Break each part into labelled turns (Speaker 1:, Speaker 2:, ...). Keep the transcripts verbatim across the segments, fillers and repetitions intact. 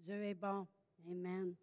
Speaker 1: Dieu est bon. Amen.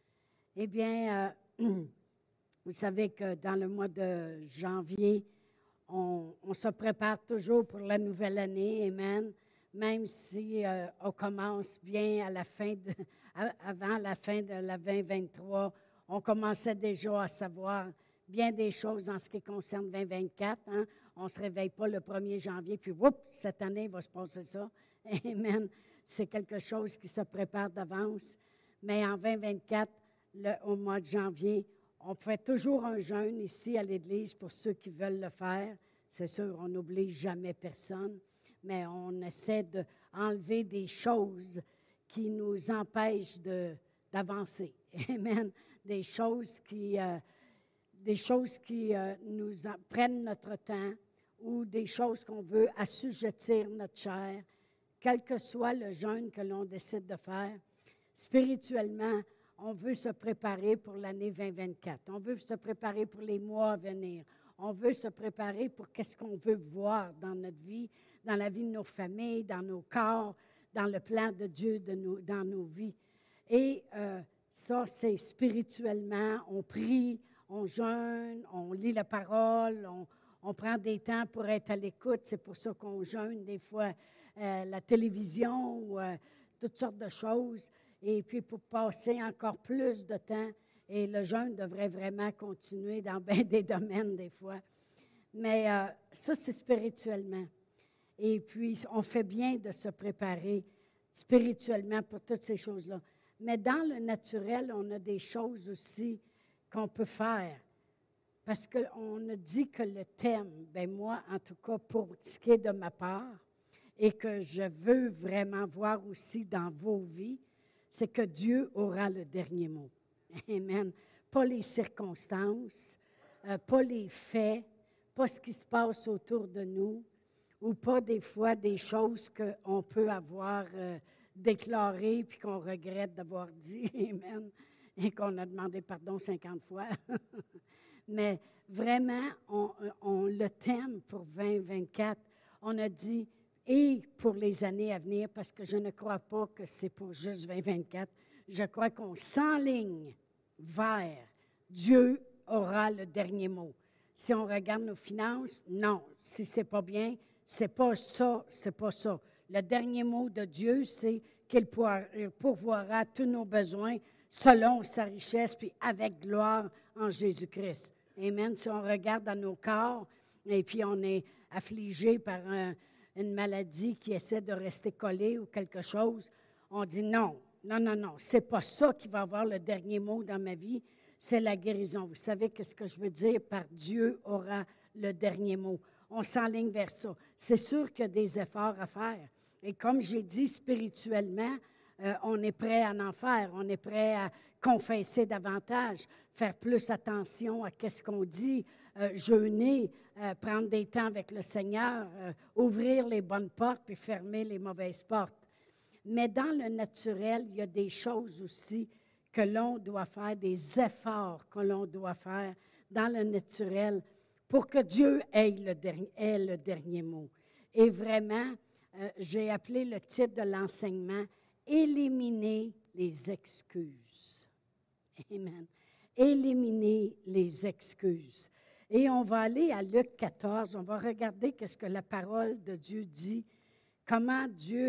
Speaker 1: Eh bien, euh, vous savez que dans le mois de janvier, on, on se prépare toujours pour la nouvelle année. Amen. Même si euh, on commence bien à la fin de, à, avant la fin de la vingt vingt-trois, on commençait déjà à savoir bien des choses en ce qui concerne vingt vingt-quatre. Hein? On ne se réveille pas le premier janvier, puis whoop, cette année, il va se passer ça. Amen. C'est quelque chose qui se prépare d'avance. Mais en vingt vingt-quatre, le, au mois de janvier, on fait toujours un jeûne ici à l'Église pour ceux qui veulent le faire. C'est sûr, on n'oblige jamais personne, mais on essaie d'enlever des choses qui nous empêchent de, d'avancer. Amen. Des choses qui, euh, des choses qui euh, nous en, prennent notre temps ou des choses qu'on veut assujettir notre chair, quel que soit le jeûne que l'on décide de faire. Spirituellement, on veut se préparer pour l'année vingt vingt-quatre. On veut se préparer pour les mois à venir. On veut se préparer pour qu'est-ce qu'on veut voir dans notre vie, dans la vie de nos familles, dans nos corps, dans le plan de Dieu de nous, dans nos vies. Et euh, ça, c'est spirituellement. On prie, on jeûne, on lit la parole, on, on prend des temps pour être à l'écoute. C'est pour ça qu'on jeûne des fois euh, la télévision ou euh, toutes sortes de choses. Et puis pour passer encore plus de temps. Et le jeûne devrait vraiment continuer dans bien des domaines des fois. Mais euh, ça, c'est spirituellement. Et puis, on fait bien de se préparer spirituellement pour toutes ces choses-là. Mais dans le naturel, on a des choses aussi qu'on peut faire. Parce qu'on a dit que le thème, bien moi, en tout cas, pour ce qui est de ma part, et que je veux vraiment voir aussi dans vos vies, c'est que Dieu aura le dernier mot. Amen. Pas les circonstances, euh, pas les faits, pas ce qui se passe autour de nous, ou pas des fois des choses qu'on peut avoir euh, déclarées puis qu'on regrette d'avoir dit, amen, et qu'on a demandé pardon cinquante fois. Mais vraiment, on, on le thème pour vingt vingt-quatre, on a dit, et pour les années à venir, parce que je ne crois pas que c'est pour juste vingt vingt-quatre, je crois qu'on s'enligne vers Dieu aura le dernier mot. Si on regarde nos finances, non. Si c'est pas bien, c'est pas ça, c'est pas ça. Le dernier mot de Dieu, c'est qu'il pourvoira tous nos besoins selon sa richesse, puis avec gloire en Jésus-Christ. Amen. Si on regarde dans nos corps, et puis on est affligé par un, une maladie qui essaie de rester collée ou quelque chose, on dit non. Non, non, non, c'est pas ça qui va avoir le dernier mot dans ma vie, c'est la guérison. Vous savez qu'est-ce que je veux dire par Dieu aura le dernier mot. On s'enligne vers ça. C'est sûr qu'il y a des efforts à faire. Et comme j'ai dit, spirituellement, euh, on est prêt à en faire. On est prêt à confesser davantage, faire plus attention à qu'est-ce qu'on dit, euh, jeûner, euh, prendre des temps avec le Seigneur, euh, ouvrir les bonnes portes puis fermer les mauvaises portes. Mais dans le naturel, il y a des choses aussi que l'on doit faire, des efforts que l'on doit faire dans le naturel pour que Dieu ait le dernier, ait le dernier mot. Et vraiment, euh, j'ai appelé le titre de l'enseignement « Éliminer les excuses ». Amen. Éliminer les excuses. Et on va aller à Luc quatorze, on va regarder qu'est-ce que la parole de Dieu dit, comment Dieu...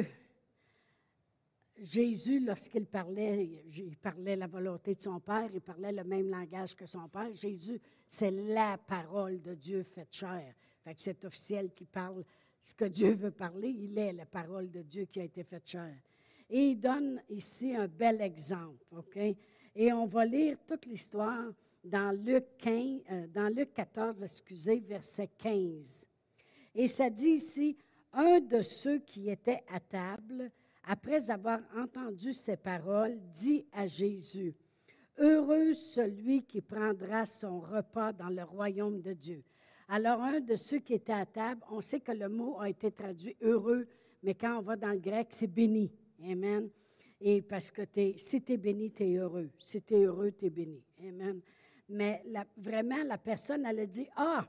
Speaker 1: Jésus, lorsqu'il parlait, il parlait la volonté de son Père, il parlait le même langage que son Père. Jésus, c'est la parole de Dieu faite chair. Fait que c'est officiel qu'il parle ce que Dieu veut parler. Il est la parole de Dieu qui a été faite chair. Et il donne ici un bel exemple, OK? Et on va lire toute l'histoire dans Luc quinze, euh, dans Luc quatorze, excusez, verset quinze. Et ça dit ici, un de ceux qui étaient à table, après avoir entendu ces paroles, dit à Jésus, « Heureux celui qui prendra son repas dans le royaume de Dieu. » Alors, un de ceux qui étaient à table, on sait que le mot a été traduit « heureux », mais quand on va dans le grec, c'est « béni ». Amen. Et parce que t'es, si tu es béni, tu es heureux. Si tu es heureux, tu es béni. Amen. Mais la, vraiment, la personne, elle a dit, « Ah,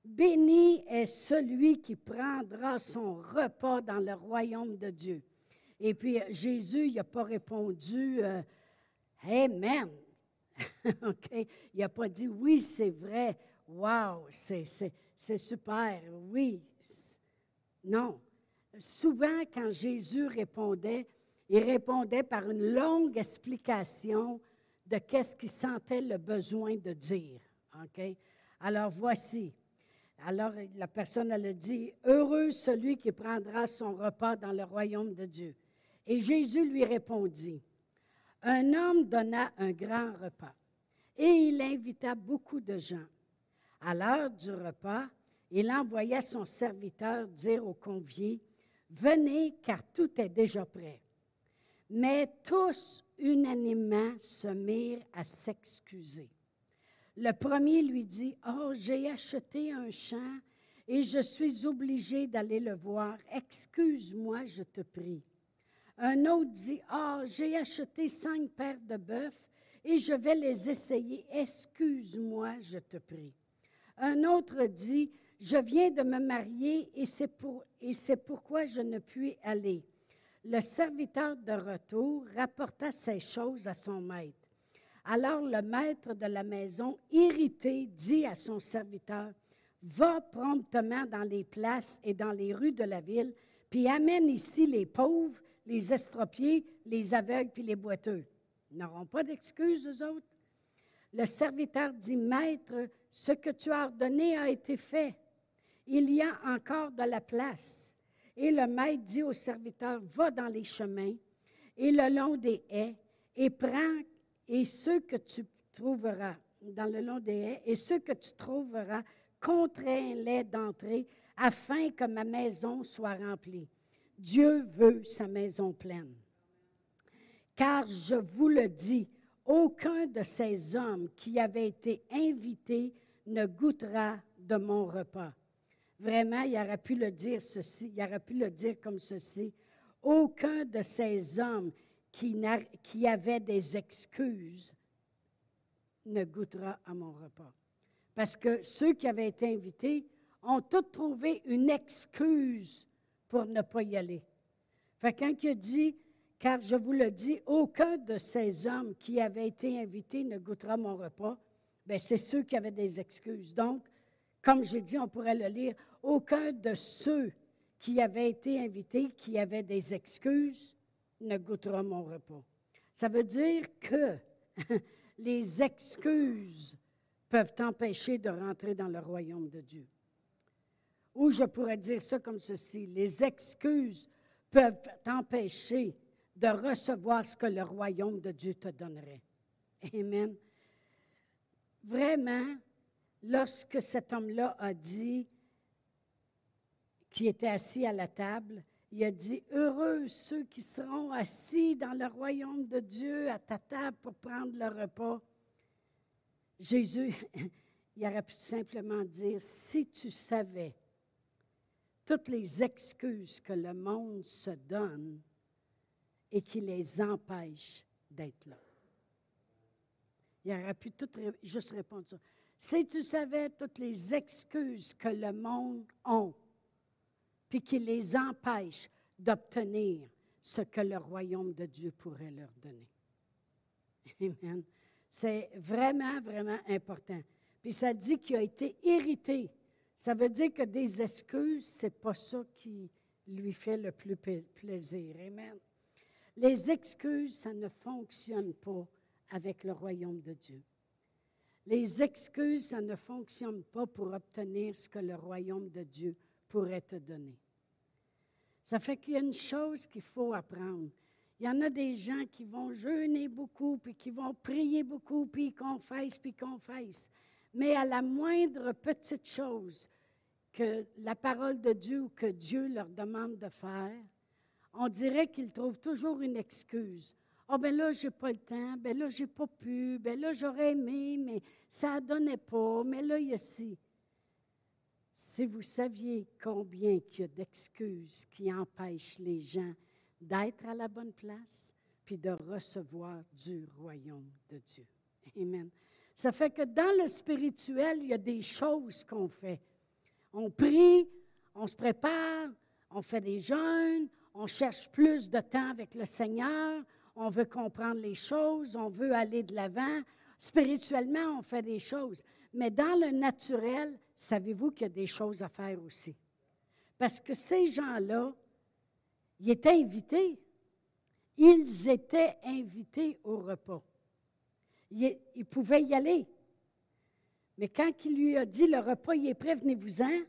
Speaker 1: béni est celui qui prendra son repas dans le royaume de Dieu. » Et puis, Jésus, il n'a pas répondu euh, « Amen ». OK? Il n'a pas dit « Oui, c'est vrai. Wow, c'est, c'est, c'est super. Oui. » Non. Souvent, quand Jésus répondait, il répondait par une longue explication de qu'est-ce qu'il sentait le besoin de dire. OK? Alors, voici. Alors, la personne, elle a dit, « Heureux celui qui prendra son repas dans le royaume de Dieu. » Et Jésus lui répondit, « Un homme donna un grand repas, et il invita beaucoup de gens. À l'heure du repas, il envoya son serviteur dire aux conviés, « Venez, car tout est déjà prêt. » Mais tous, unanimement, se mirent à s'excuser. Le premier lui dit, « Oh, j'ai acheté un champ et je suis obligé d'aller le voir. Excuse-moi, je te prie. » Un autre dit, « Oh, j'ai acheté cinq paires de bœufs et je vais les essayer. Excuse-moi, je te prie. » Un autre dit, « Je viens de me marier et c'est pour, et c'est pourquoi je ne puis aller. » Le serviteur de retour rapporta ces choses à son maître. Alors le maître de la maison, irrité, dit à son serviteur, « Va promptement dans les places et dans les rues de la ville, puis amène ici les pauvres, les estropiés, les aveugles, puis les boiteux. » Ils n'auront pas d'excuses, eux autres. Le serviteur dit, « Maître, ce que tu as ordonné a été fait. Il y a encore de la place. » Et le maître dit au serviteur, « Va dans les chemins et le long des haies et prends et ceux que tu trouveras dans le long des haies et ceux que tu trouveras, contrains-les d'entrer afin que ma maison soit remplie. Dieu veut sa maison pleine. Car je vous le dis, aucun de ces hommes qui avaient été invités ne goûtera de mon repas. » Vraiment, il aurait pu le dire ceci, il aurait pu le dire comme ceci. Aucun de ces hommes qui, qui avaient des excuses ne goûtera à mon repas. Parce que ceux qui avaient été invités ont tous trouvé une excuse pour ne pas y aller. Fait que quand il a dit, car je vous le dis, aucun de ces hommes qui avaient été invités ne goûtera mon repas, bien, c'est ceux qui avaient des excuses. Donc, comme j'ai dit, on pourrait le lire, aucun de ceux qui avaient été invités, qui avaient des excuses, ne goûtera mon repas. Ça veut dire que les excuses peuvent t'empêcher de rentrer dans le royaume de Dieu. Ou je pourrais dire ça comme ceci, les excuses peuvent t'empêcher de recevoir ce que le royaume de Dieu te donnerait. Amen. Vraiment, lorsque cet homme-là a dit, qui était assis à la table, il a dit, « Heureux ceux qui seront assis dans le royaume de Dieu à ta table pour prendre le repas. » Jésus, il aurait pu simplement dire, « Si tu savais toutes les excuses que le monde se donne et qui les empêchent d'être là. » Il aurait pu tout, juste répondre ça. Si tu savais toutes les excuses que le monde a, puis qui les empêchent d'obtenir ce que le royaume de Dieu pourrait leur donner. Amen. C'est vraiment, vraiment important. Puis ça dit qu'il a été irrité. Ça veut dire que des excuses, ce n'est pas ça qui lui fait le plus plaisir. Amen. Les excuses, ça ne fonctionne pas avec le royaume de Dieu. Les excuses, ça ne fonctionne pas pour obtenir ce que le royaume de Dieu pourrait te donner. Ça fait qu'il y a une chose qu'il faut apprendre. Il y en a des gens qui vont jeûner beaucoup, puis qui vont prier beaucoup, puis ils confessent, puis ils confessent. Mais à la moindre petite chose que la parole de Dieu ou que Dieu leur demande de faire, on dirait qu'ils trouvent toujours une excuse. « Ah, oh, ben là, je n'ai pas le temps, ben là, je n'ai pas pu, ben là, j'aurais aimé, mais ça ne donnait pas, mais là, il y a ci. » Si vous saviez combien il y a d'excuses qui empêchent les gens d'être à la bonne place, puis de recevoir du royaume de Dieu. Amen. Ça fait que dans le spirituel, il y a des choses qu'on fait. On prie, on se prépare, on fait des jeûnes, on cherche plus de temps avec le Seigneur, on veut comprendre les choses, on veut aller de l'avant. Spirituellement, on fait des choses. Mais dans le naturel, savez-vous qu'il y a des choses à faire aussi? Parce que ces gens-là, ils étaient invités. Ils étaient invités au repas. Ils, ils pouvaient y aller. Mais quand il lui a dit, le repas, il est prêt, venez-vous-en,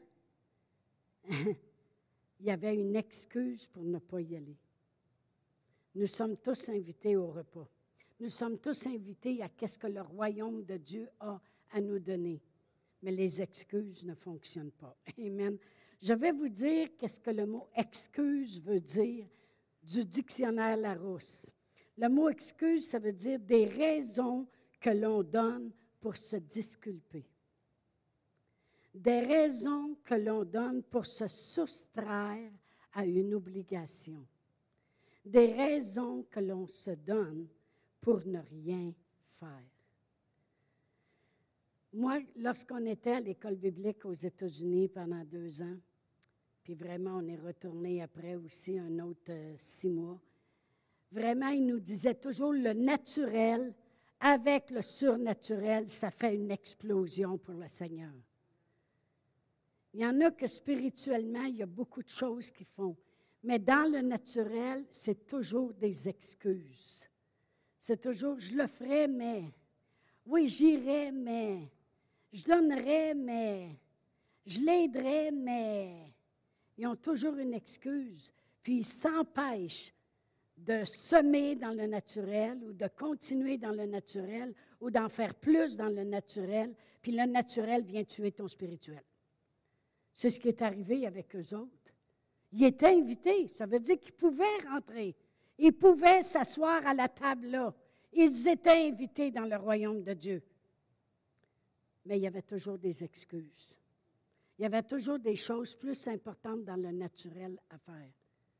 Speaker 1: il y avait une excuse pour ne pas y aller. Nous sommes tous invités au repas. Nous sommes tous invités à qu'est-ce que le royaume de Dieu a à nous donner. Mais les excuses ne fonctionnent pas. Amen. Je vais vous dire qu'est-ce que le mot « excuse » veut dire du dictionnaire Larousse. Le mot « excuse », ça veut dire des raisons que l'on donne pour se disculper. Des raisons que l'on donne pour se soustraire à une obligation. Des raisons que l'on se donne pour ne rien faire. Moi, lorsqu'on était à l'école biblique aux États-Unis pendant deux ans, puis vraiment, on est retourné après aussi un autre euh, six mois, vraiment, il nous disait toujours le naturel avec le surnaturel, ça fait une explosion pour le Seigneur. Il y en a que spirituellement, il y a beaucoup de choses qui font. Mais dans le naturel, c'est toujours des excuses. C'est toujours, je le ferai, mais, oui, j'irai, mais, je donnerai, mais, je l'aiderai, mais, ils ont toujours une excuse. Puis ils s'empêchent de semer dans le naturel ou de continuer dans le naturel ou d'en faire plus dans le naturel, puis le naturel vient tuer ton spirituel. C'est ce qui est arrivé avec eux autres. Ils étaient invités, ça veut dire qu'ils pouvaient rentrer. Ils pouvaient s'asseoir à la table là. Ils étaient invités dans le royaume de Dieu. Mais il y avait toujours des excuses. Il y avait toujours des choses plus importantes dans le naturel à faire.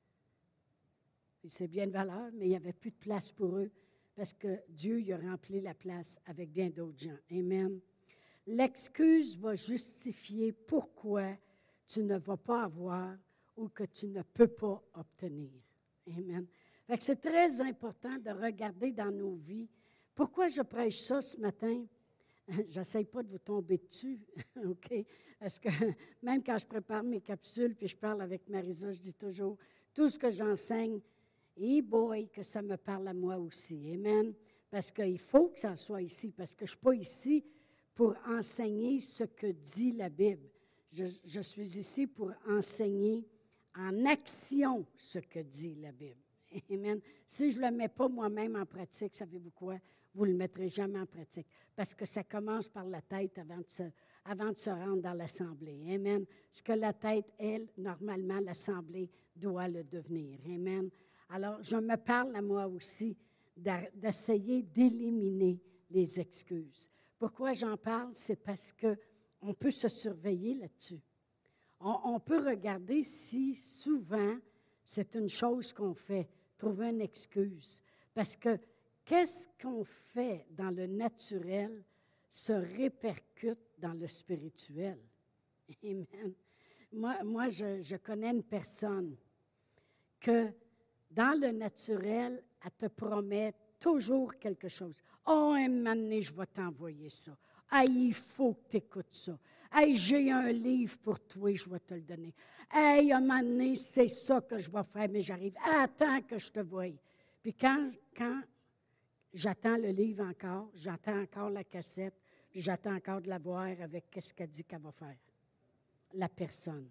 Speaker 1: Puis c'est bien de valeur, mais il n'y avait plus de place pour eux parce que Dieu y a rempli la place avec bien d'autres gens. Amen. L'excuse va justifier pourquoi tu ne vas pas avoir ou que tu ne peux pas obtenir. Amen. Fait que c'est très important de regarder dans nos vies. Pourquoi je prêche ça ce matin? J'essaie pas de vous tomber dessus, OK? Parce que même quand je prépare mes capsules puis je parle avec Marisa, je dis toujours, tout ce que j'enseigne, et boy, que ça me parle à moi aussi. Amen. Parce qu'il faut que ça soit ici, parce que je ne suis pas ici pour enseigner ce que dit la Bible. Je, je suis ici pour enseigner en action ce que dit la Bible. Amen. Si je ne le mets pas moi-même en pratique, savez-vous quoi? Vous ne le mettrez jamais en pratique. Parce que ça commence par la tête avant de se, avant de se rendre dans l'Assemblée. Amen. Ce que la tête, elle, normalement, l'Assemblée doit le devenir. Amen. Alors, je me parle à moi aussi d'essayer d'éliminer les excuses. Pourquoi j'en parle? C'est parce qu'on peut se surveiller là-dessus. On, on peut regarder si souvent c'est une chose qu'on fait, trouver une excuse. Parce que qu'est-ce qu'on fait dans le naturel se répercute dans le spirituel. Amen. Moi, moi je, je connais une personne que dans le naturel, elle te promet toujours quelque chose. « Oh, un moment donné, je vais t'envoyer ça. Hey, il faut que tu écoutes ça. Hey, j'ai un livre pour toi, je vais te le donner. Hey, un moment donné, c'est ça que je vais faire, mais j'arrive. Attends que je te voie. » Puis quand, quand j'attends le livre encore, j'attends encore la cassette, puis j'attends encore de la voir avec qu'est-ce qu'elle dit qu'elle va faire. La personne.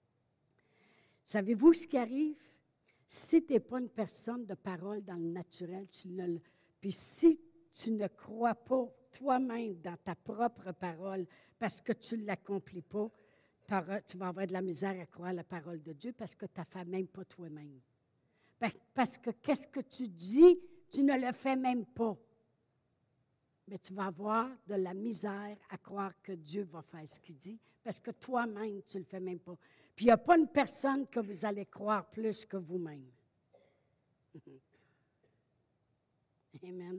Speaker 1: Savez-vous ce qui arrive? Si tu n'es pas une personne de parole dans le naturel, tu ne, puis si tu ne crois pas toi-même dans ta propre parole parce que tu ne l'accomplis pas, tu vas avoir de la misère à croire la parole de Dieu parce que tu ne fais même pas toi-même. Parce que qu'est-ce que tu dis, tu ne le fais même pas. Mais tu vas avoir de la misère à croire que Dieu va faire ce qu'il dit parce que toi-même, tu ne le fais même pas. Puis il n'y a pas une personne que vous allez croire plus que vous-même. Amen.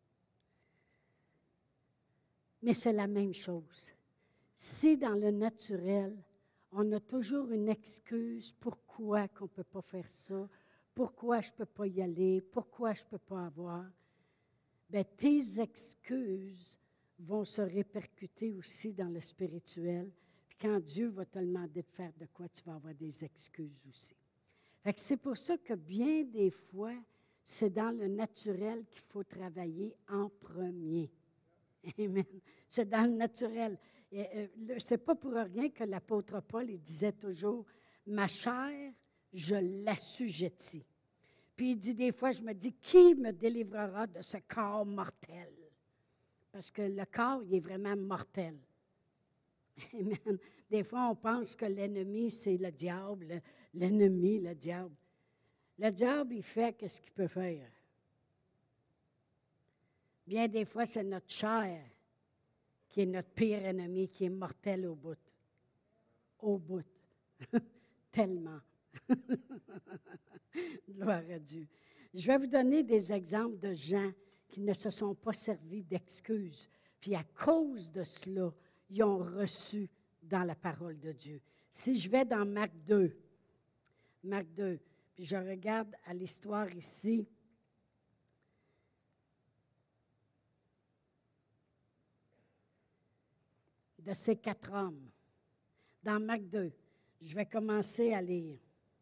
Speaker 1: Mais c'est la même chose. Si dans le naturel, on a toujours une excuse pourquoi qu'on ne peut pas faire ça, pourquoi je ne peux pas y aller, pourquoi je ne peux pas avoir, bien, tes excuses vont se répercuter aussi dans le spirituel. Puis quand Dieu va te demander de faire de quoi, tu vas avoir des excuses aussi. Fait que c'est pour ça que bien des fois, c'est dans le naturel qu'il faut travailler en premier. Amen. C'est dans le naturel. Ce n'est pas pour rien que l'apôtre Paul il disait toujours, « Ma chair, je l'assujettis. » Puis il dit des fois, je me dis, qui me délivrera de ce corps mortel? Parce que le corps, il est vraiment mortel. Amen. Des fois, on pense que l'ennemi, c'est le diable. L'ennemi, le diable. Le diable, il fait ce qu'il peut faire. Bien des fois, c'est notre chair qui est notre pire ennemi, qui est mortel au bout. Au bout. Tellement. Gloire à Dieu. Je vais vous donner des exemples de gens qui ne se sont pas servis d'excuses. Puis à cause de cela, ils ont reçu dans la parole de Dieu. Si je vais dans Marc deux, Marc deux, puis je regarde à l'histoire ici, de ces quatre hommes, dans Marc deux, je vais commencer à lire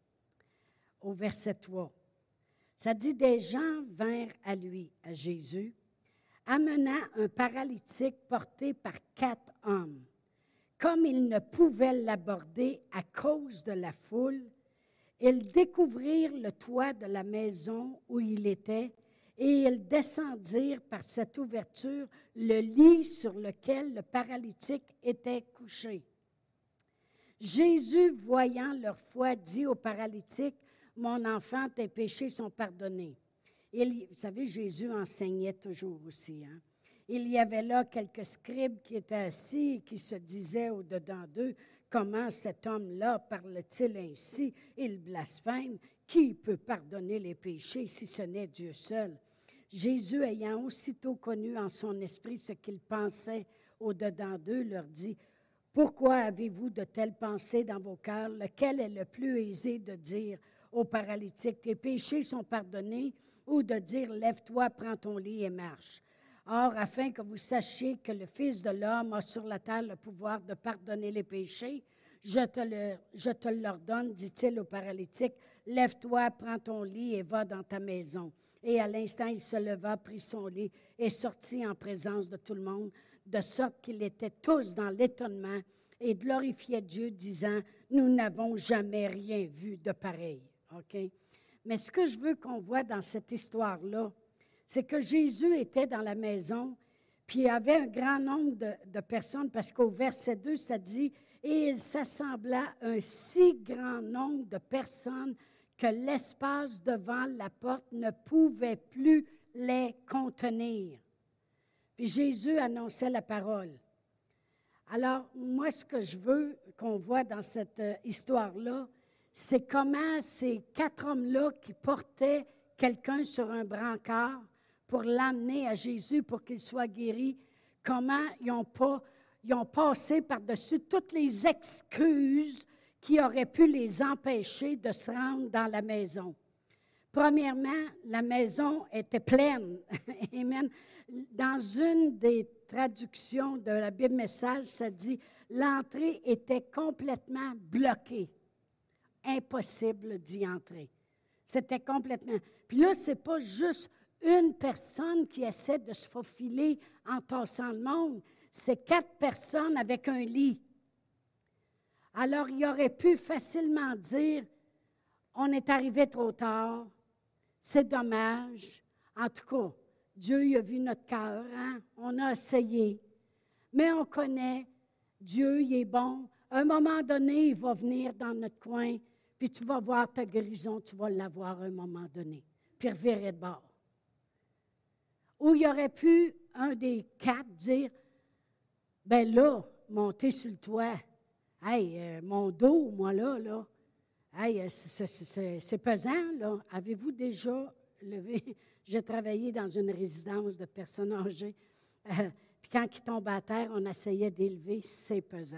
Speaker 1: au verset trois. Ça dit, des gens vinrent à lui, à Jésus, amenant un paralytique porté par quatre hommes. Comme ils ne pouvaient l'aborder à cause de la foule, ils découvrirent le toit de la maison où il était et ils descendirent par cette ouverture le lit sur lequel le paralytique était couché. Jésus, voyant leur foi, dit au paralytique, « Mon enfant, tes péchés sont pardonnés. » Il, vous savez, Jésus enseignait toujours aussi. Hein? Il y avait là quelques scribes qui étaient assis et qui se disaient au-dedans d'eux, « Comment cet homme-là parle-t-il ainsi? Il blasphème. Qui peut pardonner les péchés si ce n'est Dieu seul? » Jésus, ayant aussitôt connu en son esprit ce qu'ils pensaient au-dedans d'eux, leur dit, « Pourquoi avez-vous de telles pensées dans vos cœurs? Lequel est le plus aisé de dire au paralytique, tes péchés sont pardonnés, ou de dire, lève-toi, prends ton lit et marche. Or, afin que vous sachiez que le Fils de l'homme a sur la terre le pouvoir de pardonner les péchés, je te, le, je te l'ordonne, dit-il au paralytique, lève-toi, prends ton lit et va dans ta maison. Et à l'instant, il se leva, prit son lit et sortit en présence de tout le monde, de sorte qu'ils étaient tous dans l'étonnement et glorifiaient Dieu, disant, nous n'avons jamais rien vu de pareil. OK? Mais ce que je veux qu'on voit dans cette histoire-là, c'est que Jésus était dans la maison, puis il y avait un grand nombre de, de personnes, parce qu'au verset deux, ça dit, « Et il s'assembla un si grand nombre de personnes que l'espace devant la porte ne pouvait plus les contenir. » Puis Jésus annonçait la parole. Alors, moi, ce que je veux qu'on voit dans cette euh, histoire-là, c'est comment ces quatre hommes-là qui portaient quelqu'un sur un brancard pour l'amener à Jésus pour qu'il soit guéri, comment ils ont, pas, ils ont passé par-dessus toutes les excuses qui auraient pu les empêcher de se rendre dans la maison. Premièrement, la maison était pleine. Amen. Dans une des traductions de la Bible Message, ça dit « L'entrée était complètement bloquée. Impossible d'y entrer. » C'était complètement... Puis là, ce n'est pas juste une personne qui essaie de se faufiler en tassant le monde. C'est quatre personnes avec un lit. Alors, il aurait pu facilement dire « On est arrivé trop tard. C'est dommage. En tout cas, Dieu il a vu notre cœur. Hein? On a essayé. Mais on connaît. Dieu, il est bon. À un moment donné, il va venir dans notre coin, puis tu vas voir ta guérison, tu vas l'avoir à un moment donné. Puis revirer de bord. » Ou il aurait pu, un des quatre, dire, « Ben là, monter sur le toit. Hey, euh, mon dos, moi là, là. Hey, c'est, c'est, c'est pesant, là. Avez-vous déjà levé? » J'ai travaillé dans une résidence de personnes âgées. Euh, puis quand ils tombaient à terre, on essayait d'élever, c'est pesant.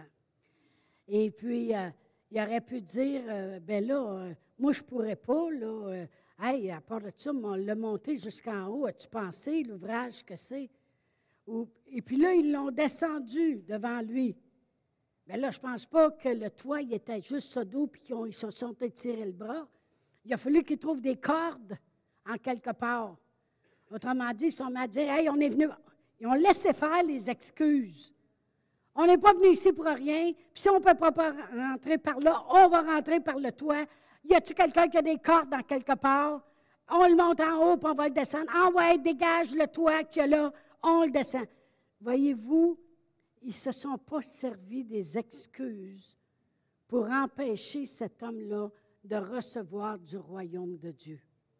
Speaker 1: Et puis, euh, il aurait pu dire, euh, ben là, euh, moi, je ne pourrais pas, là, euh, Hey, à part de ça, on l'a monté jusqu'en haut. As-tu pensé l'ouvrage que c'est? Ou- Et puis là, ils l'ont descendu devant lui. Mais là, je ne pense pas que le toit, il était juste ça d'eau, puis qu'ils ont- ils se sont étirés le bras. Il a fallu qu'ils trouvent des cordes en quelque part. Autrement dit, ils sont mis à dire, hey, on est venu. Ils ont laissé faire les excuses. On n'est pas venu ici pour rien, puis si on ne peut pas rentrer par là, on va rentrer par le toit. Y a-t-il quelqu'un qui a des cordes dans quelque part? On le monte en haut, puis on va le descendre. Ah ouais, dégage le toit qu'il y a là, on le descend. Voyez-vous, ils ne se sont pas servis des excuses pour empêcher cet homme-là de recevoir du royaume de Dieu.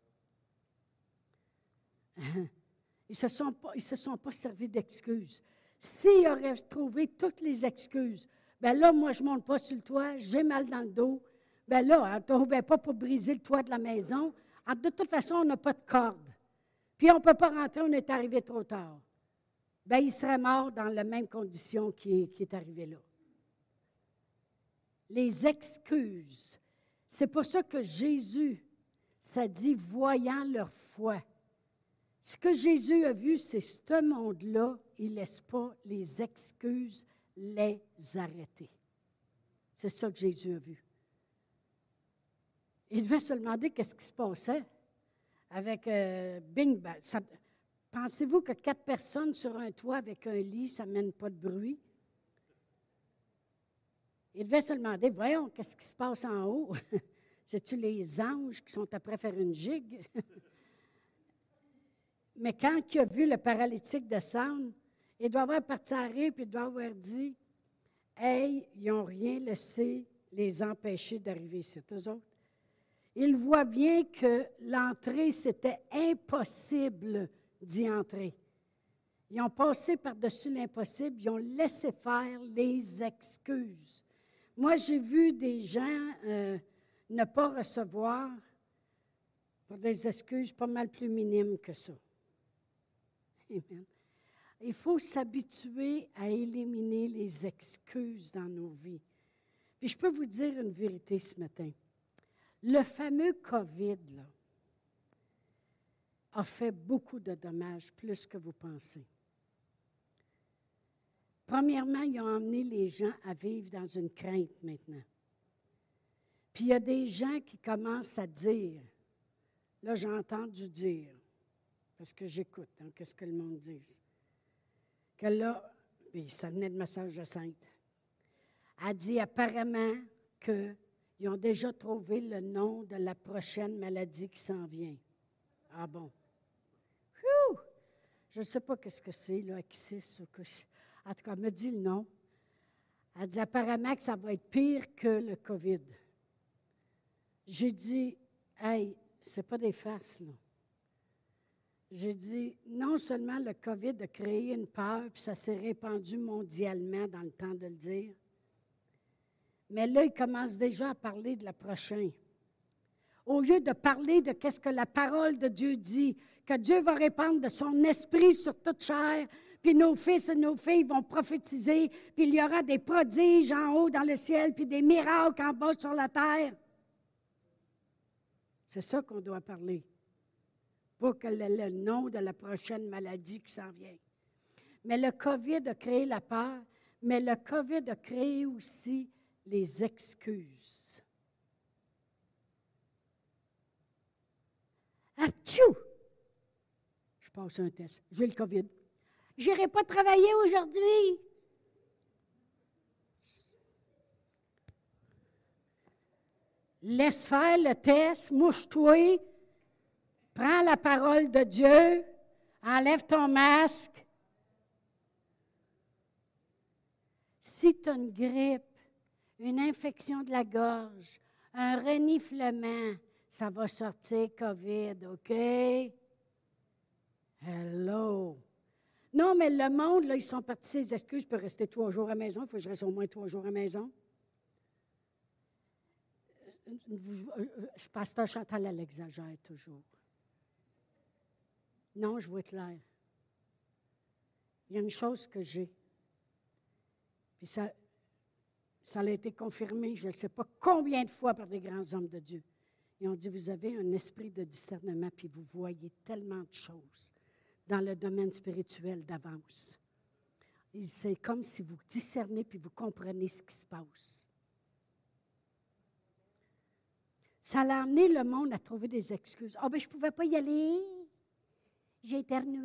Speaker 1: Ils ne se sont pas, ils se sont pas servis d'excuses. S'ils auraient trouvé toutes les excuses, bien là, moi, je ne monte pas sur le toit, j'ai mal dans le dos, bien là, on ne pas pour briser le toit de la maison. Alors, de toute façon, on n'a pas de corde. Puis on ne peut pas rentrer, on est arrivé trop tard. Bien, il serait mort dans la même condition qui est, qui est arrivé là. Les excuses. C'est pour ça que Jésus, ça dit, voyant leur foi. Ce que Jésus a vu, c'est ce monde-là, il ne laisse pas les excuses les arrêter. C'est ça que Jésus a vu. Il devait se demander qu'est-ce qui se passait avec euh, Bing Bang. Ça, pensez-vous que quatre personnes sur un toit avec un lit, ça ne mène pas de bruit? Il devait se demander, voyons, qu'est-ce qui se passe en haut? C'est-tu les anges qui sont après faire une gigue? Mais quand il a vu le paralytique descendre, il doit avoir parti à rire, puis il doit avoir dit, « Hey, ils n'ont rien laissé les empêcher d'arriver ici, eux autres. » Il voit bien que l'entrée, c'était impossible d'y entrer. Ils ont passé par-dessus l'impossible, ils ont laissé faire les excuses. Moi, j'ai vu des gens euh, ne pas recevoir pour des excuses pas mal plus minimes que ça. Amen. Il faut s'habituer à éliminer les excuses dans nos vies. Puis je peux vous dire une vérité ce matin. Le fameux COVID, là, a fait beaucoup de dommages, plus que vous pensez. Premièrement, ils ont emmené les gens à vivre dans une crainte maintenant. Puis il y a des gens qui commencent à dire, là j'ai entendu dire, parce que j'écoute, hein, qu'est-ce que le monde dit, que là, puis ça venait de Message de Sainte, a dit apparemment qu'ils ont déjà trouvé le nom de la prochaine maladie qui s'en vient. Ah bon? Whew! Je ne sais pas qu'est-ce que c'est, là, Axis, ou que je... En tout cas, elle me dit le nom. Elle dit apparemment que ça va être pire que le COVID. J'ai dit, hey, c'est pas des farces, là. J'ai dit, non seulement le COVID a créé une peur, puis ça s'est répandu mondialement dans le temps de le dire, mais là, il commence déjà à parler de la prochaine. Au lieu de parler de qu'est-ce que la parole de Dieu dit, que Dieu va répandre de son esprit sur toute chair, puis nos fils et nos filles vont prophétiser, puis il y aura des prodiges en haut dans le ciel, puis des miracles en bas sur la terre. C'est ça qu'on doit parler. Pas que le, le nom de la prochaine maladie qui s'en vient. Mais le COVID a créé la peur, mais le COVID a créé aussi les excuses. Atchou! Je passe un test. J'ai le COVID. Je n'irai pas travailler aujourd'hui. Laisse faire le test, mouche-toi, prends la parole de Dieu, enlève ton masque. Si tu as une grippe, une infection de la gorge, un reniflement, ça va sortir COVID, OK? Hello! Non, mais le monde, là, ils sont partis ces excuses, je peux rester trois jours à la maison, il faut que je reste au moins trois jours à la maison. Pasteur Chantal, elle exagère toujours. Non, je veux être clair. Il y a une chose que j'ai. Puis ça, ça a été confirmé, je ne sais pas combien de fois par des grands hommes de Dieu. Ils ont dit, vous avez un esprit de discernement, puis vous voyez tellement de choses dans le domaine spirituel d'avance. Et c'est comme si vous discernez, puis vous comprenez ce qui se passe. Ça a amené le monde à trouver des excuses. « Ah, oh, bien, je ne pouvais pas y aller. J'ai éternué. »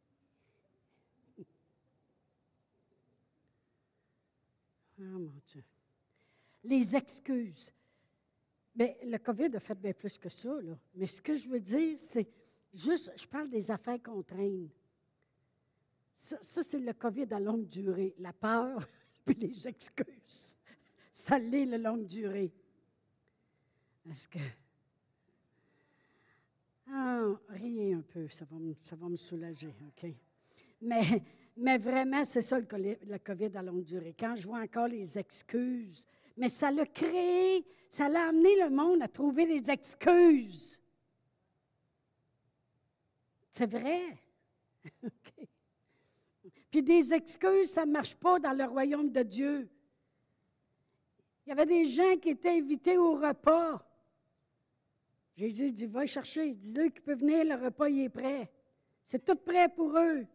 Speaker 1: Ah, mon Dieu. Les excuses. Bien, le COVID a fait bien plus que ça, là. Mais ce que je veux dire, c'est juste, je parle des affaires qu'on traîne. Ça, ça c'est le COVID à longue durée. La peur, puis les excuses. Ça l'est, la longue durée. Est-ce que... Ah, riez un peu, ça va me, ça va me soulager, OK? Mais, mais vraiment, c'est ça le, le COVID à longue durée. Quand je vois encore les excuses, mais ça l'a créé, ça l'a amené le monde à trouver des excuses. C'est vrai. OK. Puis des excuses, ça ne marche pas dans le royaume de Dieu. Il y avait des gens qui étaient invités au repas. Jésus dit, va chercher, dis-le qu'il peut venir, le repas il est prêt. C'est tout prêt pour eux.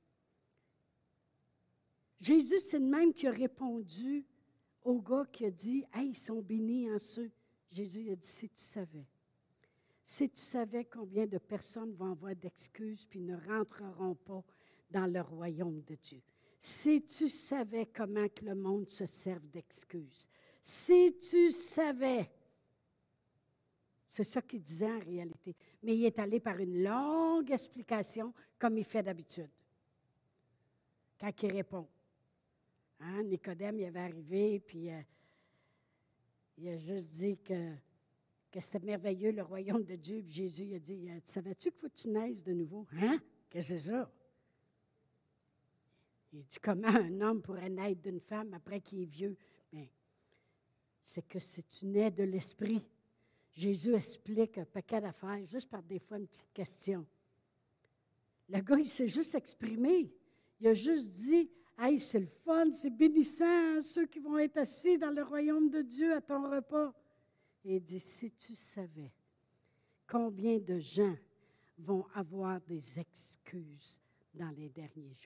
Speaker 1: Jésus, c'est le même qui a répondu au gars qui a dit, hey, ils sont bénis en ceux. Jésus a dit, si tu savais, si tu savais combien de personnes vont avoir d'excuses puis ne rentreront pas dans le royaume de Dieu. Si tu savais comment que le monde se serve d'excuses. Si tu savais. C'est ça qu'il disait en réalité. Mais il est allé par une longue explication, comme il fait d'habitude. Quand il répond. Hein, Nicodème, il avait arrivé, puis euh, il a juste dit que, que c'était merveilleux, le royaume de Dieu. Puis Jésus il a dit, « Savais-tu qu'il faut que tu naisses de nouveau? » Hein? Qu'est-ce que c'est ça? Il dit, comment un homme pourrait naître d'une femme après qu'il est vieux? Bien, c'est que si tu nais de l'esprit, Jésus explique un paquet d'affaires, juste par des fois une petite question. Le gars, il s'est juste exprimé. Il a juste dit, « Hey, c'est le fun, c'est bénissant, hein, ceux qui vont être assis dans le royaume de Dieu à ton repas. » Et il dit, « Si tu savais combien de gens vont avoir des excuses dans les derniers jours. »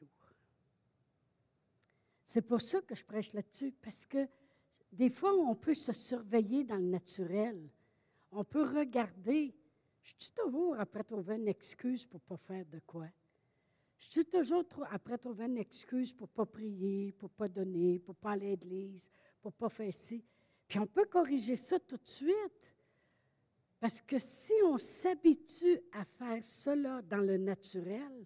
Speaker 1: C'est pour ça que je prêche là-dessus, parce que des fois, on peut se surveiller dans le naturel. On peut regarder. Je suis toujours après trouver une excuse pour ne pas faire de quoi. Je suis toujours après trouver une excuse pour ne pas prier, pour ne pas donner, pour ne pas aller à l'église, pour ne pas faire ci. Puis on peut corriger ça tout de suite. Parce que si on s'habitue à faire cela dans le naturel,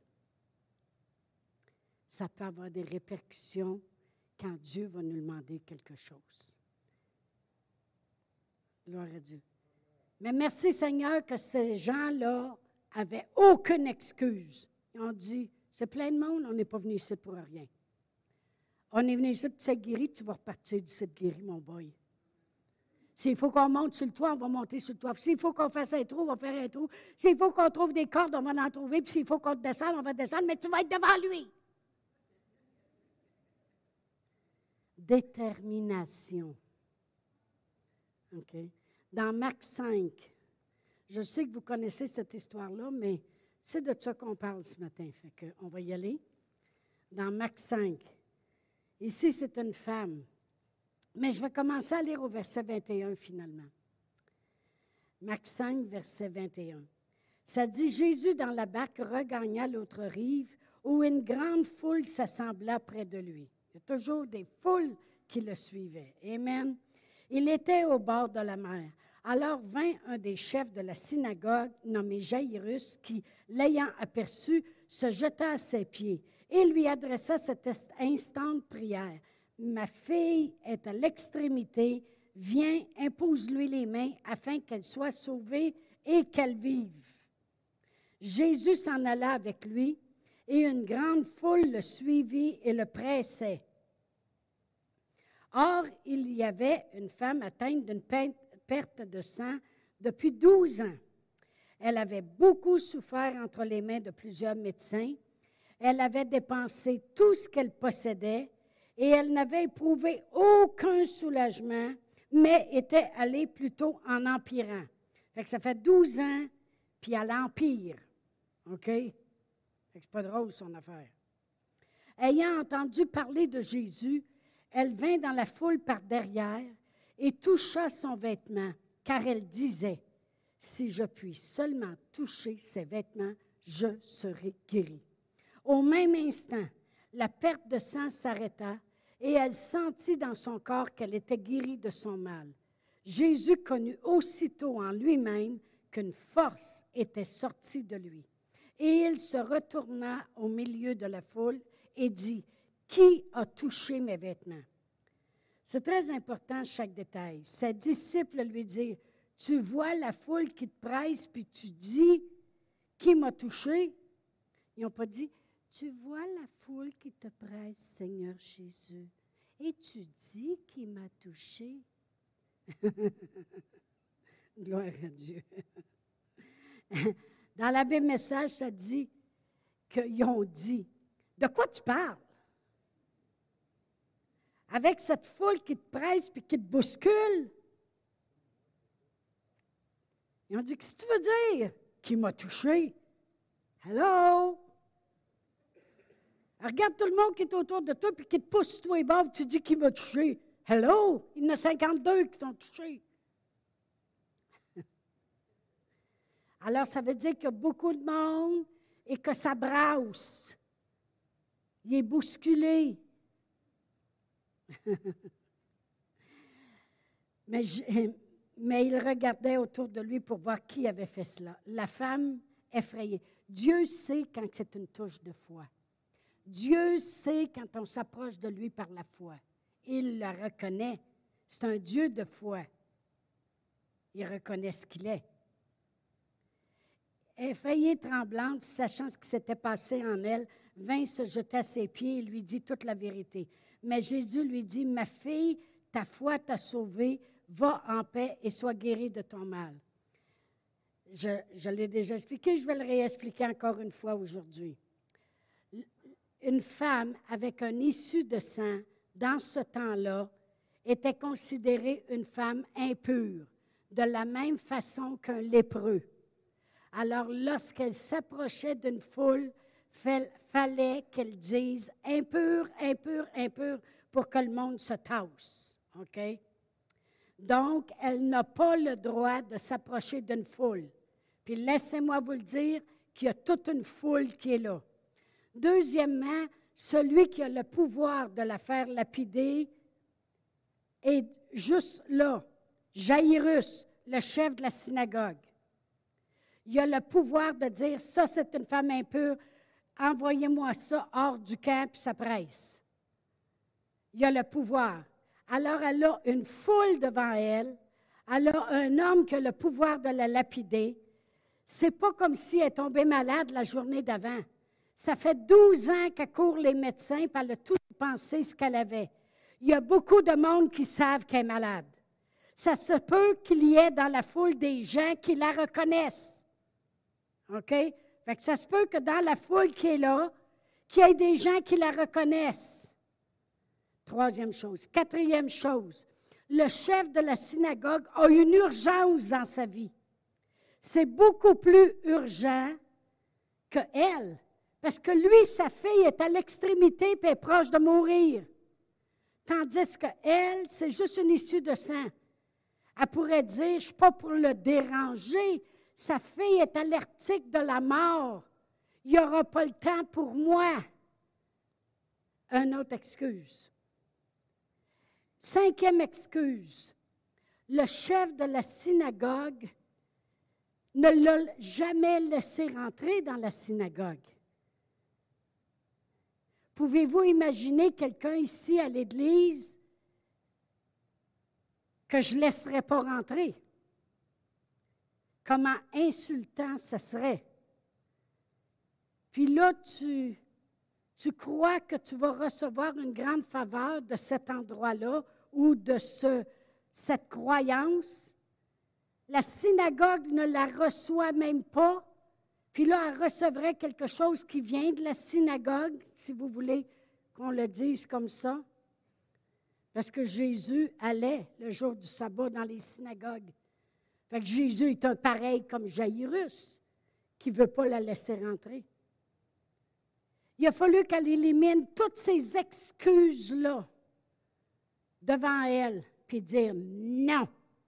Speaker 1: ça peut avoir des répercussions quand Dieu va nous demander quelque chose. Gloire à Dieu. Mais merci Seigneur que ces gens-là n'avaient aucune excuse. Ils ont dit, c'est plein de monde, on n'est pas venu ici pour rien. On est venu ici pour être guéri, tu vas repartir d'ici guéri, mon boy. S'il faut qu'on monte sur le toit, on va monter sur le toit. S'il faut qu'on fasse un trou, on va faire un trou. S'il faut qu'on trouve des cordes, on va en trouver. Puis s'il faut qu'on descende, on va descendre, mais tu vas être devant lui. Détermination. OK? Dans Marc cinq, je sais que vous connaissez cette histoire-là, mais c'est de ça qu'on parle ce matin. Fait que on va y aller. Dans Marc cinq. Ici, c'est une femme. Mais je vais commencer à lire au verset vingt et un finalement. Marc cinq, verset vingt et un. Ça dit, Jésus dans la barque regagna l'autre rive où une grande foule s'assembla près de lui. Il y a toujours des foules qui le suivaient. Amen. Il était au bord de la mer. Alors vint un des chefs de la synagogue, nommé Jaïrus, qui, l'ayant aperçu, se jeta à ses pieds et lui adressa cette instante prière. « Ma fille est à l'extrémité, viens, impose-lui les mains afin qu'elle soit sauvée et qu'elle vive. » Jésus s'en alla avec lui et une grande foule le suivit et le pressait. Or, il y avait une femme atteinte d'une perte de sang depuis douze ans. Elle avait beaucoup souffert entre les mains de plusieurs médecins. Elle avait dépensé tout ce qu'elle possédait et elle n'avait éprouvé aucun soulagement, mais était allée plutôt en empirant. Fait que ça fait douze ans, puis elle empire. OK? Fait que c'est pas drôle, son affaire. Ayant entendu parler de Jésus, elle vint dans la foule par derrière et toucha son vêtement, car elle disait, « Si je puis seulement toucher ses vêtements, je serai guérie. » Au même instant, la perte de sang s'arrêta et elle sentit dans son corps qu'elle était guérie de son mal. Jésus connut aussitôt en lui-même qu'une force était sortie de lui. Et il se retourna au milieu de la foule et dit, « Qui a touché mes vêtements? » C'est très important chaque détail. Ses disciples lui dirent, « Tu vois la foule qui te presse, puis tu dis, « Qui m'a touché? » Ils n'ont pas dit, « Tu vois la foule qui te presse, Seigneur Jésus, et tu dis qui m'a touché. » Gloire à Dieu. Dans la Bible Message, ça dit qu'ils ont dit, « De quoi tu parles? Avec cette foule qui te presse et qui te bouscule. » Ils ont dit, « Qu'est-ce que tu veux dire? Qui m'a touché? Hello? Regarde tout le monde qui est autour de toi et qui te pousse sur toi et bord, tu dis qui m'a touché. Hello? Il y en a cinquante-deux qui t'ont touché. » Alors, ça veut dire qu'il y a beaucoup de monde et que ça brasse. Il est bousculé. mais, je, mais il regardait autour de lui pour voir qui avait fait cela. La femme effrayée. Dieu sait quand c'est une touche de foi. Dieu sait quand on s'approche de lui par la foi. Il le reconnaît. C'est un Dieu de foi. Il reconnaît ce qu'il est. Effrayée, tremblante, sachant ce qui s'était passé en elle, vint se jeter à ses pieds et lui dit toute la vérité. Mais Jésus lui dit, « Ma fille, ta foi t'a sauvée, va en paix et sois guérie de ton mal. » Je, je l'ai déjà expliqué, je vais le réexpliquer encore une fois aujourd'hui. Une femme avec un issue de sang, dans ce temps-là, était considérée une femme impure, de la même façon qu'un lépreux. Alors, lorsqu'elle s'approchait d'une foule, il fallait qu'elle dise « impur, impur, impur » pour que le monde se tasse. OK? Donc, elle n'a pas le droit de s'approcher d'une foule. Puis, laissez-moi vous le dire qu'il y a toute une foule qui est là. Deuxièmement, celui qui a le pouvoir de la faire lapider est juste là, Jaïrus, le chef de la synagogue. Il a le pouvoir de dire, ça c'est une femme impure, envoyez-moi ça hors du camp, puis ça presse. Il a le pouvoir. Alors elle a une foule devant elle, elle a un homme qui a le pouvoir de la lapider. C'est pas comme si elle est tombée malade la journée d'avant. Ça fait douze ans qu'elle court les médecins, puis elle a tout pensé ce qu'elle avait. Il y a beaucoup de monde qui savent qu'elle est malade. Ça se peut qu'il y ait dans la foule des gens qui la reconnaissent. OK? Fait que ça se peut que dans la foule qui est là, qu'il y ait des gens qui la reconnaissent. Troisième chose. Quatrième chose. Le chef de la synagogue a une urgence dans sa vie. C'est beaucoup plus urgent que elle. Parce que lui, sa fille est à l'extrémité et est proche de mourir. Tandis qu'elle, c'est juste une issue de sang. Elle pourrait dire, je ne suis pas pour le déranger. Sa fille est à l'article de la mort. Il n'y aura pas le temps pour moi. Une autre excuse. Cinquième excuse. Le chef de la synagogue ne l'a jamais laissé rentrer dans la synagogue. Pouvez-vous imaginer quelqu'un ici à l'église que je ne laisserais pas rentrer? Comment insultant ce serait. Puis là, tu, tu crois que tu vas recevoir une grande faveur de cet endroit-là ou de ce, cette croyance. La synagogue ne la reçoit même pas. Puis là, elle recevrait quelque chose qui vient de la synagogue, si vous voulez qu'on le dise comme ça. Parce que Jésus allait le jour du sabbat dans les synagogues. Fait que Jésus est un pareil comme Jairus, qui ne veut pas la laisser rentrer. Il a fallu qu'elle élimine toutes ces excuses-là devant elle, puis dire non.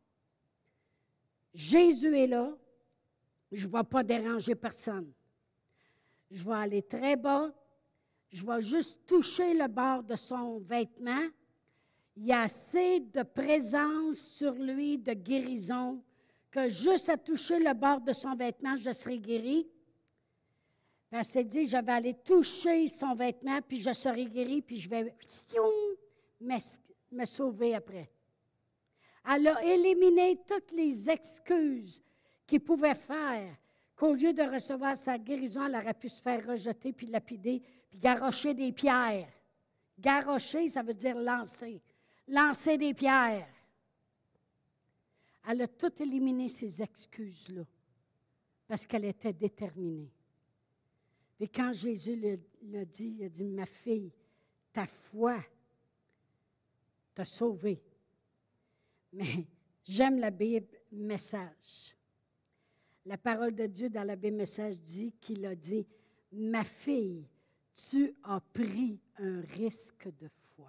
Speaker 1: Jésus est là, je ne vais pas déranger personne. Je vais aller très bas, je vais juste toucher le bord de son vêtement. Il y a assez de présence sur lui, de guérison, que juste à toucher le bord de son vêtement, je serai guérie. Elle s'est dit, je vais aller toucher son vêtement, puis je serai guérie, puis je vais me, me sauver après. Elle a éliminé toutes les excuses qu'il pouvait faire, qu'au lieu de recevoir sa guérison, elle aurait pu se faire rejeter, puis lapider, puis garrocher des pierres. Garrocher, ça veut dire lancer. Lancer des pierres. Elle a tout éliminé ces excuses-là, parce qu'elle était déterminée. Et quand Jésus l'a dit, il a dit, ma fille, ta foi t'a sauvée. Mais j'aime la Bible Message. La parole de Dieu dans la Bible Message dit qu'il a dit, ma fille, tu as pris un risque de foi.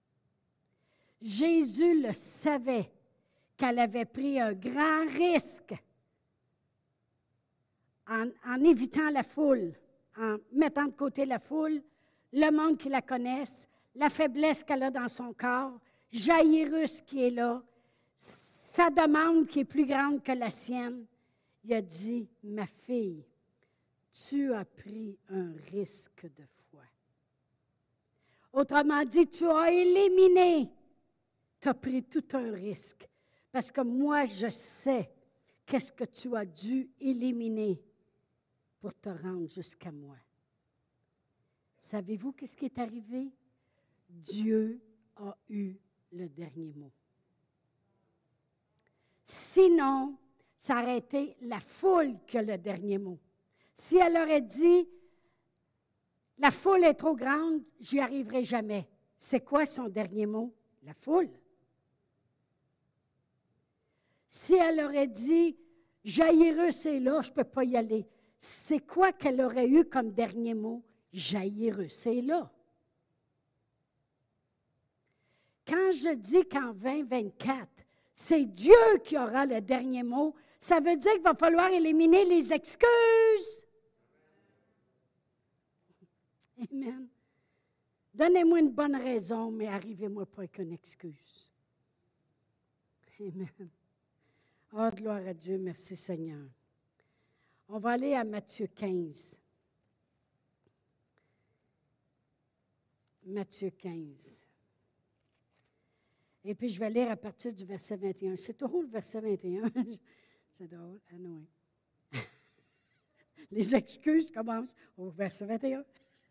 Speaker 1: Jésus le savait qu'elle avait pris un grand risque en, en évitant la foule, en mettant de côté la foule, le monde qui la connaisse, la faiblesse qu'elle a dans son corps, Jairus qui est là, sa demande qui est plus grande que la sienne. Il a dit, ma fille, tu as pris un risque de foi. Autrement dit, tu as éliminé, tu as pris tout un risque. Parce que moi, je sais qu'est-ce que tu as dû éliminer pour te rendre jusqu'à moi. Savez-vous qu'est-ce qui est arrivé? Dieu a eu le dernier mot. Sinon, ça aurait été la foule qui a le dernier mot. Si elle aurait dit, la foule est trop grande, j'y arriverai jamais. C'est quoi son dernier mot? La foule. Si elle aurait dit, Jairus est là, je ne peux pas y aller. C'est quoi qu'elle aurait eu comme dernier mot? Jairus est là. Quand je dis qu'en vingt vingt-quatre, c'est Dieu qui aura le dernier mot, ça veut dire qu'il va falloir éliminer les excuses. Amen. Donnez-moi une bonne raison, mais arrivez-moi pas avec une excuse. Amen. Oh, gloire à Dieu, merci Seigneur. On va aller à Matthieu quinze. Matthieu quinze. Et puis, je vais lire à partir du verset vingt et un. C'est drôle, le verset vingt et un. C'est drôle, anyway. Les excuses commencent au verset vingt et un.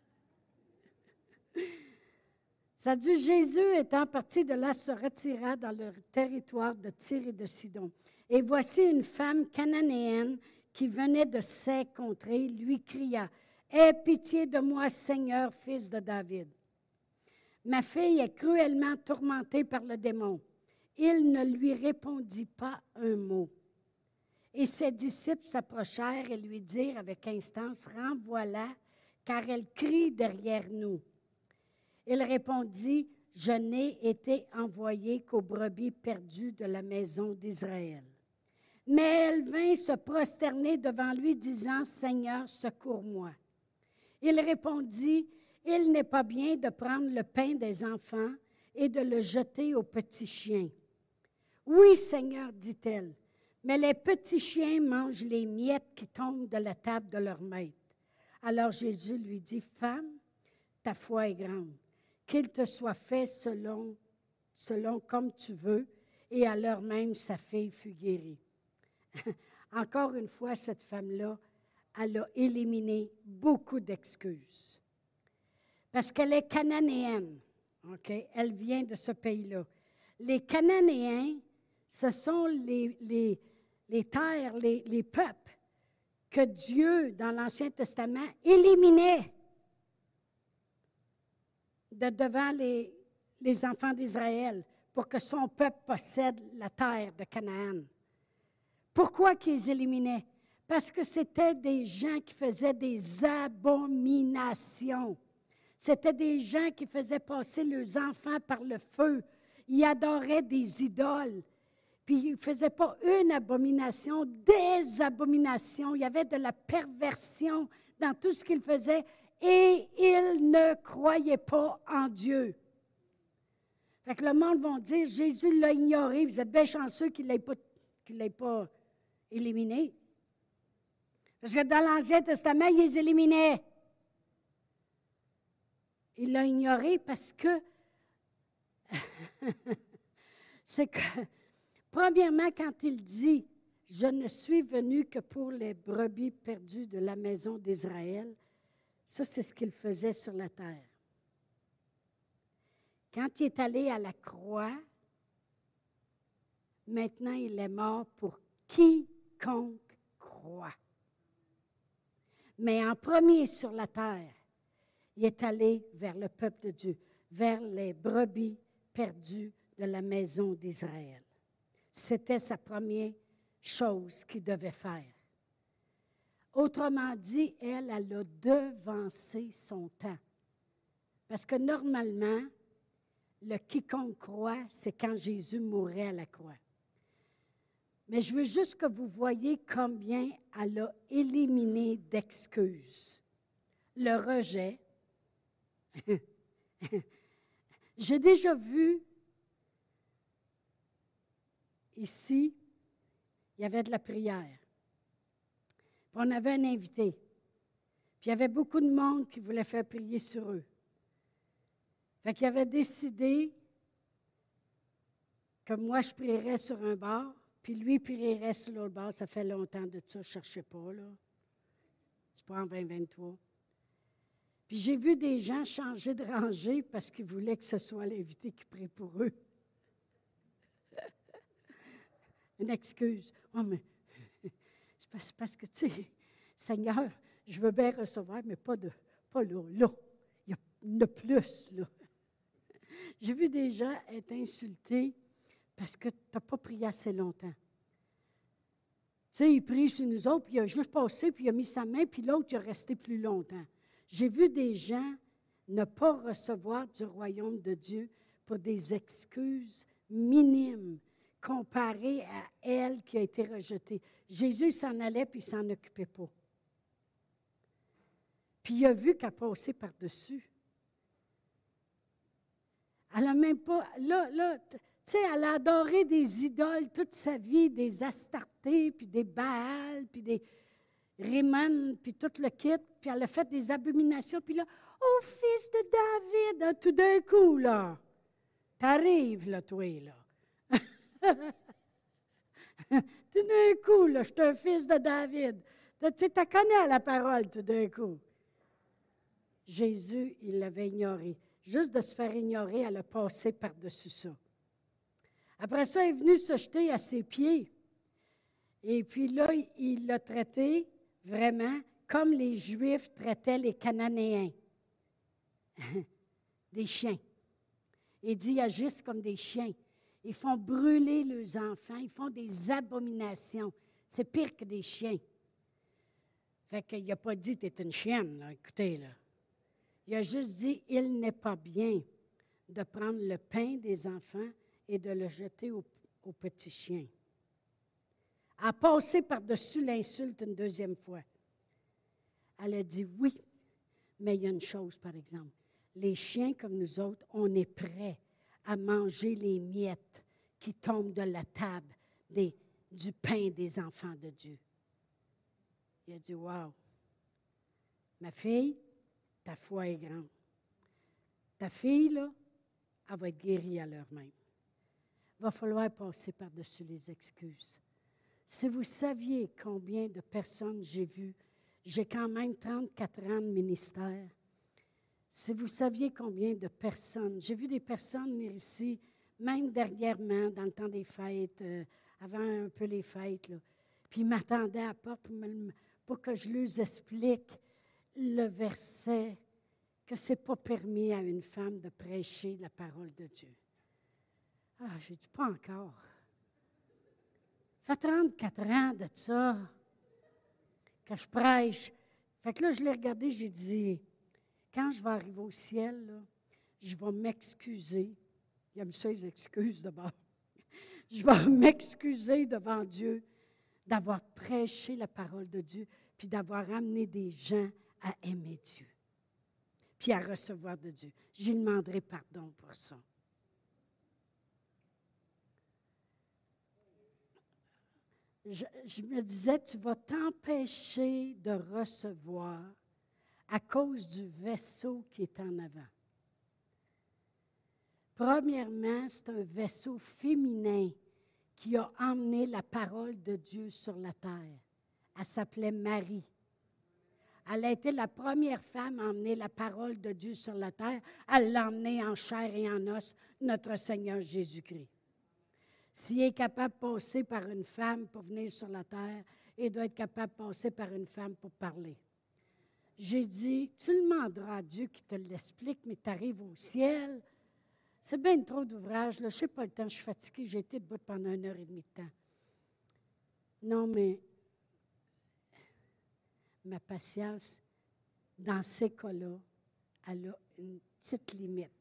Speaker 1: Ça dit, Jésus étant parti de là se retira dans le territoire de Tyr et de Sidon. Et voici une femme cananéenne qui venait de ces contrées, lui cria, « Aie pitié de moi, Seigneur, fils de David. Ma fille est cruellement tourmentée par le démon. » Il ne lui répondit pas un mot. Et ses disciples s'approchèrent et lui dirent avec instance, « Renvoie-la, car elle crie derrière nous. » Il répondit, « Je n'ai été envoyé qu'aux brebis perdues de la maison d'Israël. » Mais elle vint se prosterner devant lui, disant, « Seigneur, secours-moi. » Il répondit, « Il n'est pas bien de prendre le pain des enfants et de le jeter aux petits chiens. »« Oui, Seigneur, dit-elle, mais les petits chiens mangent les miettes qui tombent de la table de leur maître. » Alors Jésus lui dit, « Femme, ta foi est grande. Qu'il te soit fait selon, selon comme tu veux. » Et à l'heure même, sa fille fut guérie. Encore une fois, cette femme-là, elle a éliminé beaucoup d'excuses. Parce qu'elle est cananéenne. Okay? Elle vient de ce pays-là. Les Cananéens, ce sont les, les, les terres, les, les peuples que Dieu, dans l'Ancien Testament, éliminait de devant les, les enfants d'Israël pour que son peuple possède la terre de Canaan. Pourquoi qu'ils les éliminaient? Parce que c'était des gens qui faisaient des abominations. C'était des gens qui faisaient passer leurs enfants par le feu. Ils adoraient des idoles. Puis ils ne faisaient pas une abomination, des abominations. Il y avait de la perversion dans tout ce qu'ils faisaient et ils ne croyaient pas en Dieu. Fait que le monde va dire, Jésus l'a ignoré. Vous êtes bien chanceux qu'il ne l'ait pas, qu'il l'ait pas éliminé. Parce que dans l'Ancien Testament, il les éliminait. Il l'a ignoré parce que, c'est que, premièrement, quand il dit, je ne suis venu que pour les brebis perdues de la maison d'Israël, ça, c'est ce qu'il faisait sur la terre. Quand il est allé à la croix, maintenant, il est mort pour quiconque croit. Mais en premier sur la terre, il est allé vers le peuple de Dieu, vers les brebis perdues de la maison d'Israël. C'était sa première chose qu'il devait faire. Autrement dit, elle, elle a devancé son temps. Parce que normalement, le quiconque croit, c'est quand Jésus mourait à la croix. Mais je veux juste que vous voyez combien elle a éliminé d'excuses. Le rejet. J'ai déjà vu ici, il y avait de la prière. Puis on avait un invité. Puis il y avait beaucoup de monde qui voulait faire prier sur eux. Fait qu'il avait décidé que moi, je prierais sur un bord, puis lui prierait sur l'autre bord. Ça fait longtemps de ça, je ne cherchais pas, là. C'est pas en vingt vingt-trois. Puis j'ai vu des gens changer de rangée parce qu'ils voulaient que ce soit l'invité qui prie pour eux. Une excuse. Oh, mais c'est parce que, tu sais, Seigneur, je veux bien recevoir, mais pas, de, pas là, là. Il y en a plus, là. J'ai vu des gens être insultés parce que tu n'as pas prié assez longtemps. Tu sais, il prie sur nous autres, puis il a juste passé, puis il a mis sa main, puis l'autre, il a resté plus longtemps. J'ai vu des gens ne pas recevoir du royaume de Dieu pour des excuses minimes comparées à elle qui a été rejetée. Jésus s'en allait, puis il ne s'en occupait pas. Puis il a vu qu'elle passait par-dessus. Elle n'a même pas, là, là, tu sais, elle a adoré des idoles toute sa vie, des Astartés, puis des Baals, puis des Rimmon, puis tout le kit, puis elle a fait des abominations, puis là, oh, fils de David, hein, tout d'un coup, là, t'arrives, là, toi, là. Tout d'un coup, là, je suis un fils de David. Tu sais, tu connais la parole, tout d'un coup. Jésus, il l'avait ignoré. Juste de se faire ignorer, elle a passé par-dessus ça. Après ça, elle est venue se jeter à ses pieds. Et puis là, il l'a traité vraiment comme les Juifs traitaient les Cananéens. Des chiens. Il dit, ils agissent comme des chiens. Ils font brûler leurs enfants. Ils font des abominations. C'est pire que des chiens. Fait qu'il n'a pas dit, t'es une chienne, là. Écoutez, là. Il a juste dit, il n'est pas bien de prendre le pain des enfants et de le jeter aux, aux petits chiens. Elle a passé par-dessus l'insulte une deuxième fois. Elle a dit oui, mais il y a une chose, par exemple. Les chiens comme nous autres, on est prêts à manger les miettes qui tombent de la table des, du pain des enfants de Dieu. Il a dit, wow, ma fille, ta foi est grande. Ta fille, là, elle va être guérie à l'heure même. Il va falloir passer par-dessus les excuses. Si vous saviez combien de personnes j'ai vues, j'ai quand même trente-quatre ans de ministère. Si vous saviez combien de personnes, j'ai vu des personnes venir ici, même dernièrement, dans le temps des fêtes, euh, avant un peu les fêtes, là, puis ils m'attendaient à la porte pour, me, pour que je leur explique le verset que ce n'est pas permis à une femme de prêcher la parole de Dieu. Ah, j'ai dit, pas encore. Ça fait trente-quatre ans de ça que je prêche. Fait que là, je l'ai regardé, j'ai dit, quand je vais arriver au ciel, là, je vais m'excuser. Il aime ça, les excuses d'abord. Je vais m'excuser devant Dieu d'avoir prêché la parole de Dieu, puis d'avoir amené des gens à aimer Dieu, puis à recevoir de Dieu. Je lui demanderai pardon pour ça. Je, je me disais, tu vas t'empêcher de recevoir à cause du vaisseau qui est en avant. Premièrement, c'est un vaisseau féminin qui a emmené la parole de Dieu sur la terre. Elle s'appelait Marie. Elle a été la première femme à emmener la parole de Dieu sur la terre. Elle l'a emmenée en chair et en os, notre Seigneur Jésus-Christ. S'il est capable de passer par une femme pour venir sur la terre, il doit être capable de passer par une femme pour parler. J'ai dit, tu demanderas à Dieu qui te l'explique, mais tu arrives au ciel. C'est bien trop d'ouvrage. Je n'ai pas le temps, je suis fatiguée. J'ai été debout pendant une heure et demie de temps. Non, mais ma patience, dans ces cas-là, elle a une petite limite.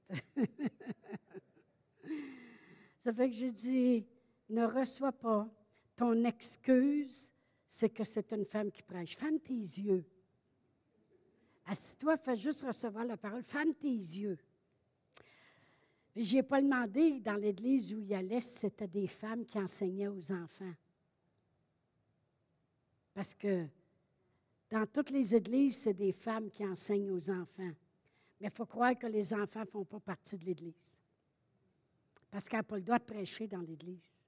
Speaker 1: Ça fait que j'ai dit, ne reçois pas. Ton excuse, c'est que c'est une femme qui prêche. Ferme tes yeux. Assis-toi, fais juste recevoir la parole. Ferme tes yeux. Je n'ai pas demandé dans l'église où il allait si c'était des femmes qui enseignaient aux enfants. Parce que dans toutes les églises, c'est des femmes qui enseignent aux enfants. Mais il faut croire que les enfants ne font pas partie de l'église. Parce qu'elle n'a pas le droit de prêcher dans l'église.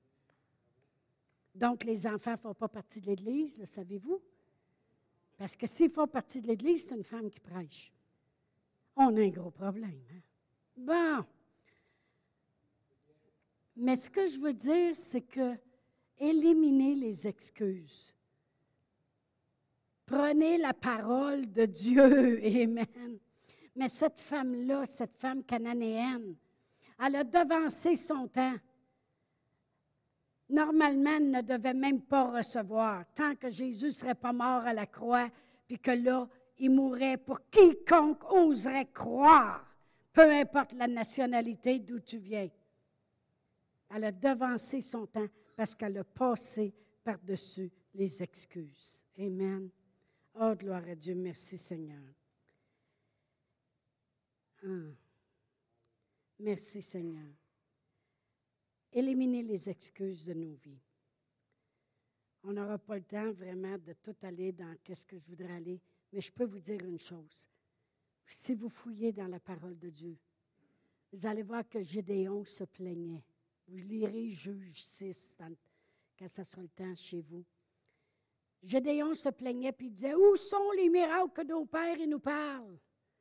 Speaker 1: Donc, les enfants ne font pas partie de l'église, le savez-vous? Parce que s'ils font partie de l'église, c'est une femme qui prêche. On a un gros problème. Hein? Bon. Mais ce que je veux dire, c'est que éliminez les excuses. Prenez la parole de Dieu. Amen. Mais cette femme-là, cette femme cananéenne, elle a devancé son temps. Normalement, elle ne devait même pas recevoir, tant que Jésus ne serait pas mort à la croix, puis que là, il mourrait pour quiconque oserait croire, peu importe la nationalité d'où tu viens. Elle a devancé son temps parce qu'elle a passé par-dessus les excuses. Amen. Oh, gloire à Dieu. Merci, Seigneur. Ah. Merci, Seigneur. Éliminez les excuses de nos vies. On n'aura pas le temps vraiment de tout aller dans qu'est-ce que je voudrais aller, mais je peux vous dire une chose. Si vous fouillez dans la parole de Dieu, vous allez voir que Gédéon se plaignait. Vous lirez Juge six dans, quand ça sera le temps chez vous. Gédéon se plaignait puis il disait, où sont les miracles que nos pères ils nous parlent?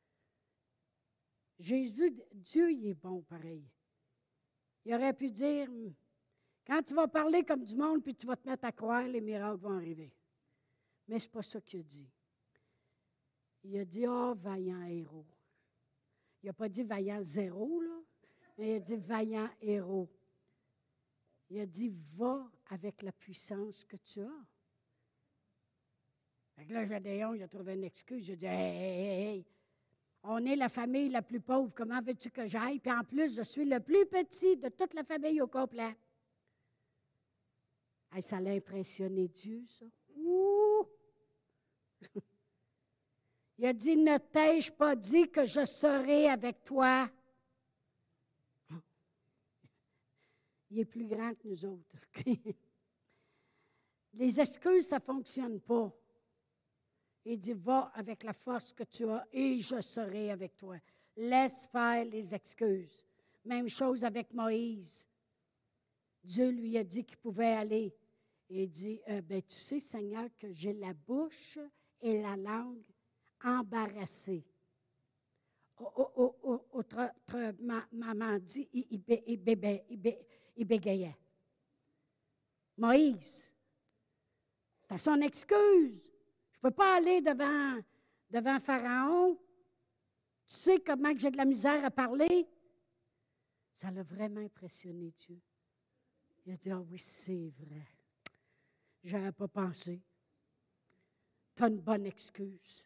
Speaker 1: Jésus, Dieu, il est bon pareil. Il aurait pu dire, quand tu vas parler comme du monde puis tu vas te mettre à croire, les miracles vont arriver. Mais ce n'est pas ça qu'il a dit. Il a dit, oh, vaillant héros. Il n'a pas dit vaillant zéro, là, mais il a dit vaillant héros. Il a dit, va avec la puissance que tu as. Fait que là, Gédéon, il a trouvé une excuse. Il a dit, hey, hey, hey, hey, on est la famille la plus pauvre, comment veux-tu que j'aille? Puis en plus, je suis le plus petit de toute la famille au complet. Hey, ça l'a impressionné Dieu, ça. Ouh! Il a dit, ne t'ai-je pas dit que je serai avec toi? Il est plus grand que nous autres. Les excuses, ça ne fonctionne pas. Il dit, va avec la force que tu as et je serai avec toi. Laisse faire les excuses. Même chose avec Moïse. Dieu lui a dit qu'il pouvait aller. Il dit, euh, ben, tu sais, Seigneur, que j'ai la bouche et la langue embarrassées. Autrement, maman dit, il, il, il, bébé, il, bé, il bégayait. Moïse, c'était son excuse. Je ne peux pas aller devant, devant Pharaon. Tu sais comment j'ai de la misère à parler? Ça l'a vraiment impressionné Dieu. Il a dit, ah oui, c'est vrai. Je n'avais pas pensé. Tu as une bonne excuse.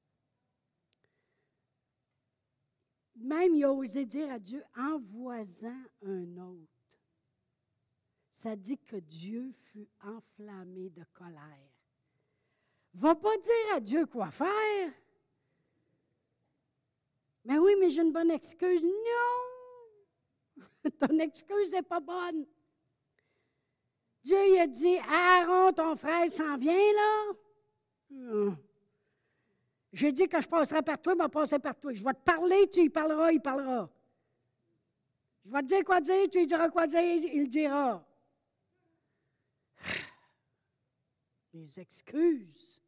Speaker 1: Même, il a osé dire à Dieu, envoie-en un autre. Ça dit que Dieu fut enflammé de colère. Va pas dire à Dieu quoi faire. Mais oui, mais j'ai une bonne excuse. Non! Ton excuse n'est pas bonne. Dieu il a dit, Aaron, ton frère s'en vient là. Hum. J'ai dit que je passerai par toi, il va passer par toi. Je vais te parler, tu y parleras, il parlera. Je vais te dire quoi dire, tu lui diras quoi dire, il dira. Les excuses.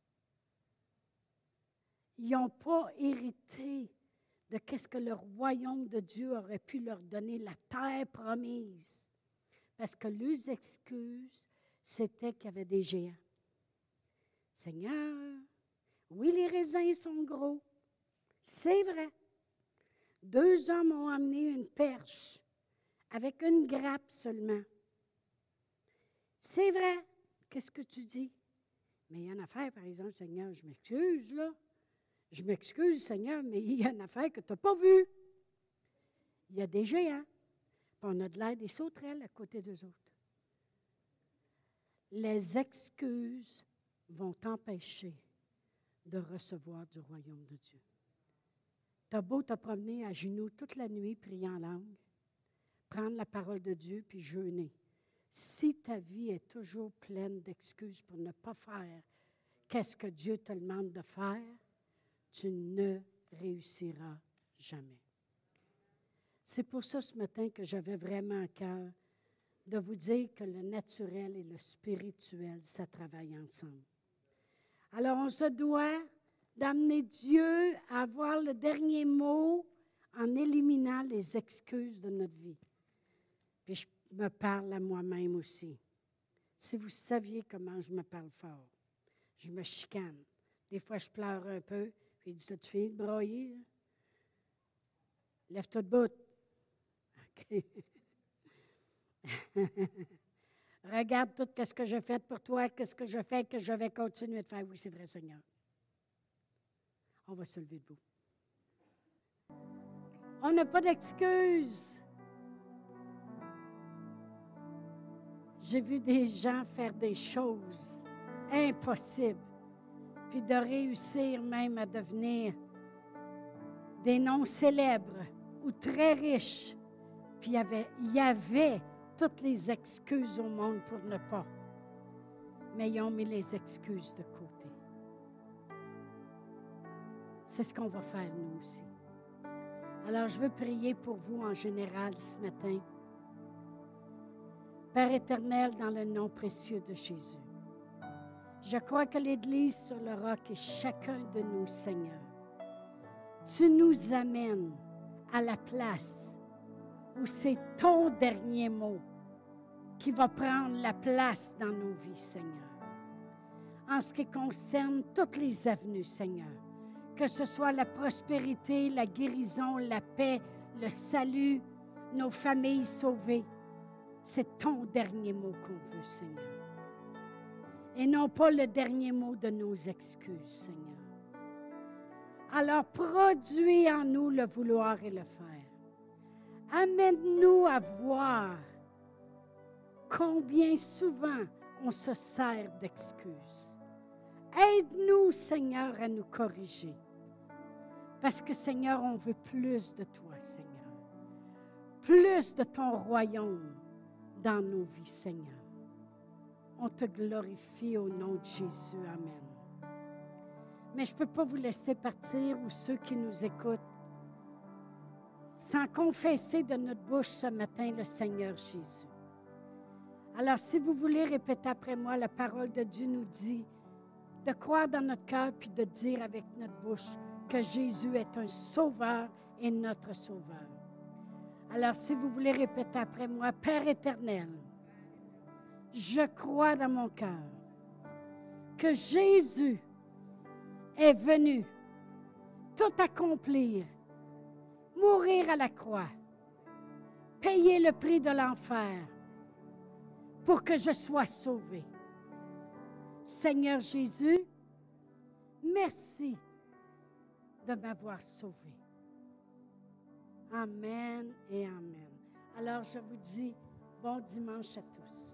Speaker 1: Ils n'ont pas hérité de qu'est-ce que le royaume de Dieu aurait pu leur donner, la terre promise. Parce que leurs excuses, c'était qu'il y avait des géants. Seigneur, oui, les raisins sont gros. C'est vrai. Deux hommes ont amené une perche avec une grappe seulement. C'est vrai. Qu'est-ce que tu dis? Mais il y a une affaire, par exemple, Seigneur, je m'excuse, là. Je m'excuse, Seigneur, mais il y a une affaire que tu n'as pas vue. Il y a des géants. Puis on a de l'air des sauterelles à côté d'eux autres. Les excuses vont t'empêcher de recevoir du royaume de Dieu. Tu as beau te promener à genoux toute la nuit, prier en langue, prendre la parole de Dieu, puis jeûner. Si ta vie est toujours pleine d'excuses pour ne pas faire qu'est-ce que Dieu te demande de faire, tu ne réussiras jamais. C'est pour ça ce matin que j'avais vraiment à cœur de vous dire que le naturel et le spirituel, ça travaille ensemble. Alors, on se doit d'amener Dieu à avoir le dernier mot en éliminant les excuses de notre vie. Puis je me parle à moi-même aussi. Si vous saviez comment je me parle fort, je me chicane. Des fois, je pleure un peu, puis il dit, t'as-tu fini de broyer? Lève-toi debout. OK. Regarde tout ce que j'ai fait pour toi, qu'est-ce que je fais, que je vais continuer de faire. Oui, c'est vrai, Seigneur. On va se lever debout. On n'a pas d'excuses. J'ai vu des gens faire des choses impossibles, puis de réussir même à devenir des noms célèbres ou très riches. Puis il y avait, il y avait toutes les excuses au monde pour ne pas. Mais ils ont mis les excuses de côté. C'est ce qu'on va faire nous aussi. Alors je veux prier pour vous en général ce matin. Père éternel, dans le nom précieux de Jésus, je crois que l'Église sur le roc est chacun de nous, Seigneur. Tu nous amènes à la place où c'est ton dernier mot qui va prendre la place dans nos vies, Seigneur. En ce qui concerne toutes les avenues, Seigneur, que ce soit la prospérité, la guérison, la paix, le salut, nos familles sauvées, c'est ton dernier mot qu'on veut, Seigneur. Et non pas le dernier mot de nos excuses, Seigneur. Alors, produis en nous le vouloir et le faire. Amène-nous à voir combien souvent on se sert d'excuses. Aide-nous, Seigneur, à nous corriger. Parce que, Seigneur, on veut plus de toi, Seigneur. Plus de ton royaume dans nos vies, Seigneur. On te glorifie au nom de Jésus. Amen. Mais je ne peux pas vous laisser partir, ou ceux qui nous écoutent, sans confesser de notre bouche ce matin le Seigneur Jésus. Alors, si vous voulez répéter après moi, la parole de Dieu nous dit de croire dans notre cœur puis de dire avec notre bouche que Jésus est un sauveur et notre sauveur. Alors, si vous voulez répéter après moi, Père éternel, je crois dans mon cœur que Jésus est venu tout accomplir, mourir à la croix, payer le prix de l'enfer pour que je sois sauvé. Seigneur Jésus, merci de m'avoir sauvé. Amen et amen. Alors, je vous dis bon dimanche à tous.